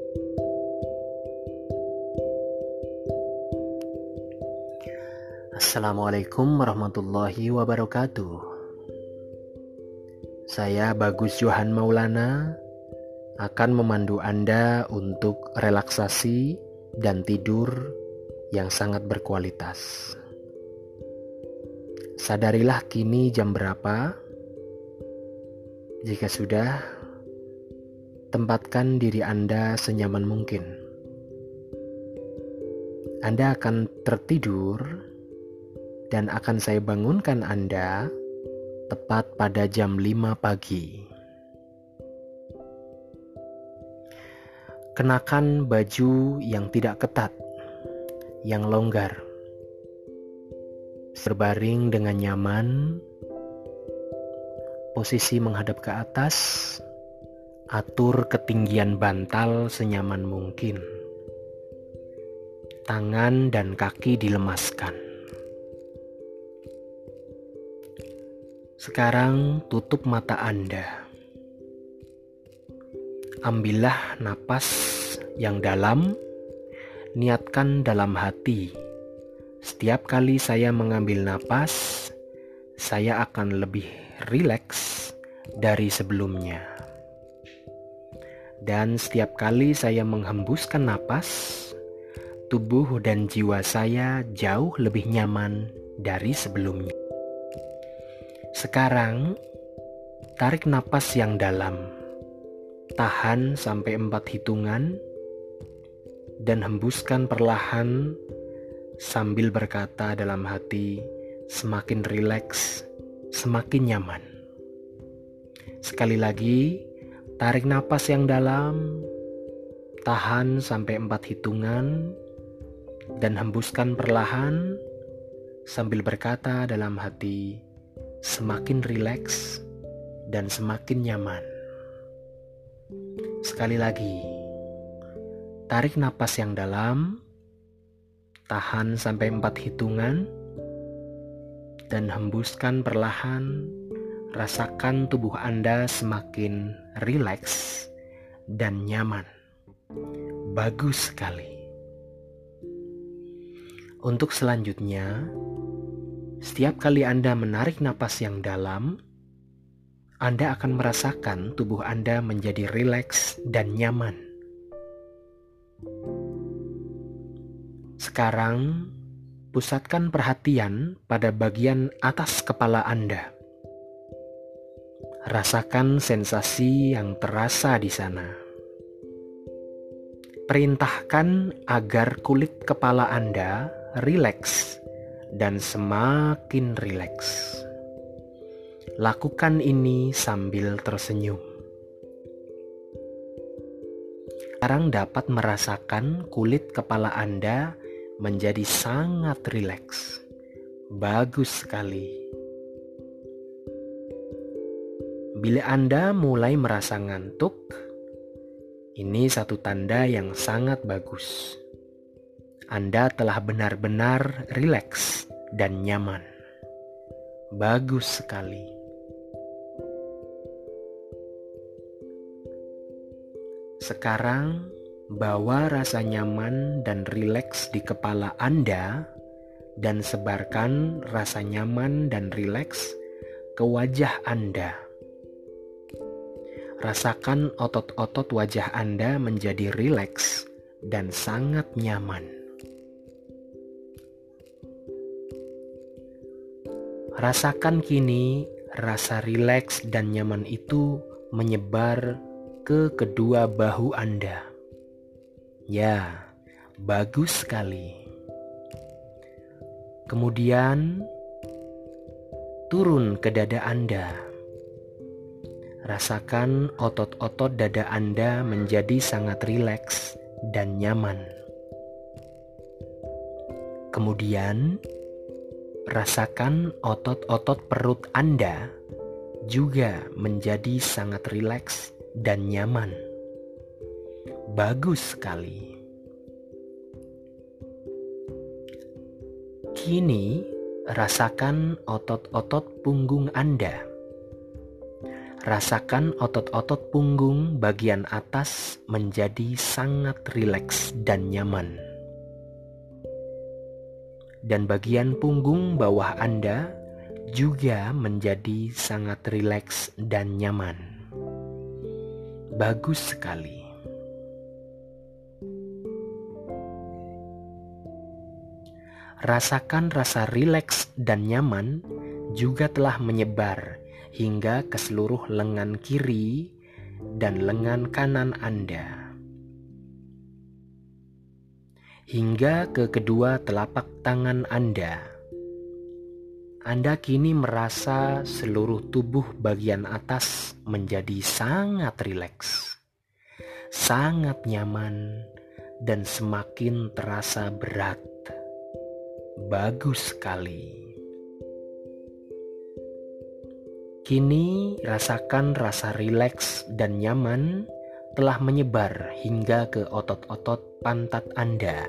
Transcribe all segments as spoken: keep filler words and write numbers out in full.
Assalamualaikum warahmatullahi wabarakatuh. Saya Bagus Johan Maulana akan memandu Anda untuk relaksasi dan tidur yang sangat berkualitas. Sadarilah kini jam berapa. Jika sudah, tempatkan diri Anda senyaman mungkin. Anda akan tertidur dan akan saya bangunkan Anda tepat pada jam lima pagi. Kenakan baju yang tidak ketat, yang longgar. Berbaring dengan nyaman, posisi menghadap ke atas, atur ketinggian bantal senyaman mungkin. Tangan dan kaki dilemaskan. Sekarang tutup mata Anda. Ambillah napas yang dalam, niatkan dalam hati. Setiap kali saya mengambil napas, saya akan lebih rileks dari sebelumnya. Dan setiap kali saya menghembuskan napas, tubuh dan jiwa saya jauh lebih nyaman dari sebelumnya. Sekarang, tarik napas yang dalam, tahan sampai empat hitungan, dan hembuskan perlahan sambil berkata dalam hati, semakin rileks, semakin nyaman. Sekali lagi, tarik napas yang dalam, tahan sampai empat hitungan, dan hembuskan perlahan sambil berkata dalam hati, semakin rileks dan semakin nyaman. Sekali lagi, tarik napas yang dalam, tahan sampai empat hitungan, dan hembuskan perlahan. Rasakan tubuh Anda semakin rileks dan nyaman. Bagus sekali. Untuk selanjutnya, setiap kali Anda menarik napas yang dalam, Anda akan merasakan tubuh Anda menjadi rileks dan nyaman. Sekarang, pusatkan perhatian pada bagian atas kepala Anda. Rasakan sensasi yang terasa di sana. Perintahkan agar kulit kepala Anda rileks dan semakin rileks. Lakukan ini sambil tersenyum. Sekarang dapat merasakan kulit kepala Anda menjadi sangat rileks. Bagus sekali. Bila Anda mulai merasa ngantuk, ini satu tanda yang sangat bagus. Anda telah benar-benar rileks dan nyaman. Bagus sekali. Sekarang, bawa rasa nyaman dan rileks di kepala Anda dan sebarkan rasa nyaman dan rileks ke wajah Anda. Rasakan otot-otot wajah Anda menjadi rileks dan sangat nyaman. Rasakan kini rasa rileks dan nyaman itu menyebar ke kedua bahu Anda. Ya, bagus sekali. Kemudian, turun ke dada Anda. Rasakan otot-otot dada Anda menjadi sangat rileks dan nyaman. Kemudian, rasakan otot-otot perut Anda juga menjadi sangat rileks dan nyaman. Bagus sekali. Kini, rasakan otot-otot punggung Anda. Rasakan otot-otot punggung bagian atas menjadi sangat rileks dan nyaman. Dan bagian punggung bawah Anda juga menjadi sangat rileks dan nyaman. Bagus sekali. Rasakan rasa rileks dan nyaman juga telah menyebar hingga ke seluruh lengan kiri dan lengan kanan Anda, hingga ke kedua telapak tangan Anda. Anda kini merasa seluruh tubuh bagian atas menjadi sangat rileks, sangat nyaman, dan semakin terasa berat. Bagus sekali. Kini rasakan rasa rileks dan nyaman telah menyebar hingga ke otot-otot pantat Anda.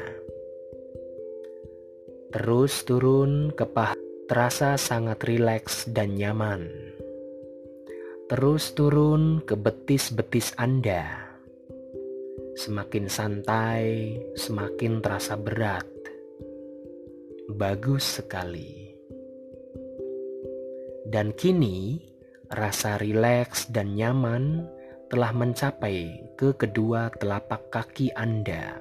Terus turun ke paha, terasa sangat rileks dan nyaman. Terus turun ke betis-betis Anda. Semakin santai, semakin terasa berat. Bagus sekali. Dan kini rasa rileks dan nyaman telah mencapai ke kedua telapak kaki Anda.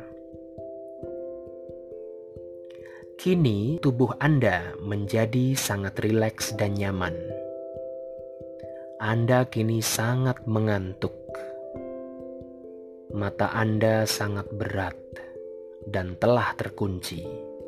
Kini tubuh Anda menjadi sangat rileks dan nyaman. Anda kini sangat mengantuk. Mata Anda sangat berat dan telah terkunci.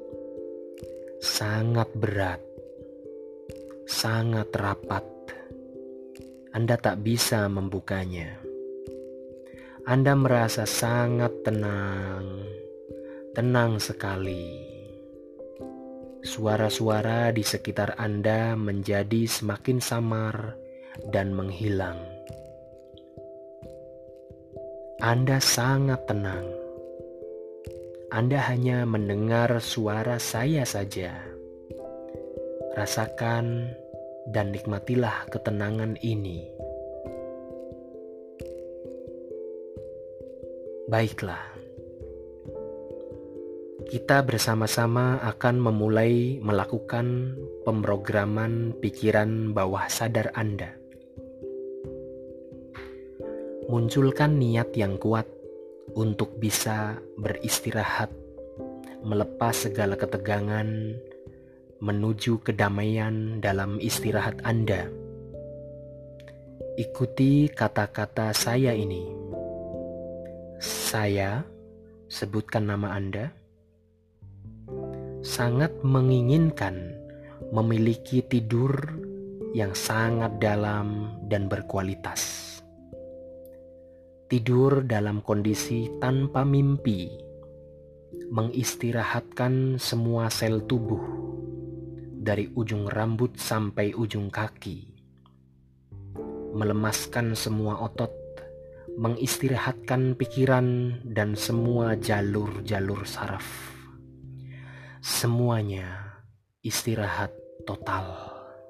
Sangat berat, sangat rapat. Anda tak bisa membukanya. Anda merasa sangat tenang, tenang sekali. Suara-suara di sekitar Anda menjadi semakin samar dan menghilang. Anda sangat tenang. Anda hanya mendengar suara saya saja. Rasakan dan nikmatilah ketenangan ini. Baiklah, kita bersama-sama akan memulai melakukan pemrograman pikiran bawah sadar Anda. Munculkan niat yang kuat untuk bisa beristirahat, melepas segala ketegangan, menuju kedamaian dalam istirahat Anda. Ikuti kata-kata saya ini. Saya, sebutkan nama Anda, sangat menginginkan memiliki tidur yang sangat dalam dan berkualitas. Tidur dalam kondisi tanpa mimpi, mengistirahatkan semua sel tubuh, dari ujung rambut sampai ujung kaki, melemaskan semua otot, mengistirahatkan pikiran dan semua jalur-jalur saraf. Semuanya istirahat total.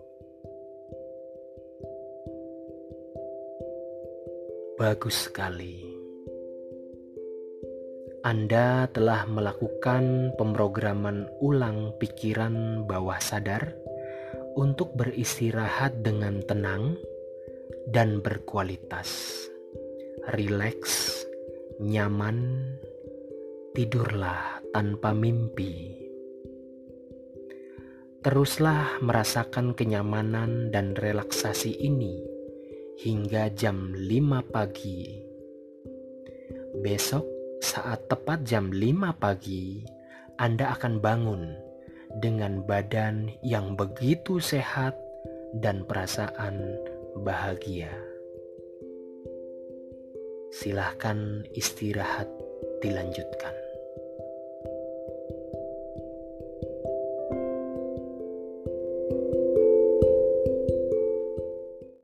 Bagus sekali. Anda telah melakukan pemrograman ulang pikiran bawah sadar untuk beristirahat dengan tenang dan berkualitas. Rileks, nyaman, tidurlah tanpa mimpi. Teruslah merasakan kenyamanan dan relaksasi ini hingga jam lima pagi. Besok saat tepat jam lima pagi, Anda akan bangun dengan badan yang begitu sehat dan perasaan bahagia. Silahkan istirahat dilanjutkan.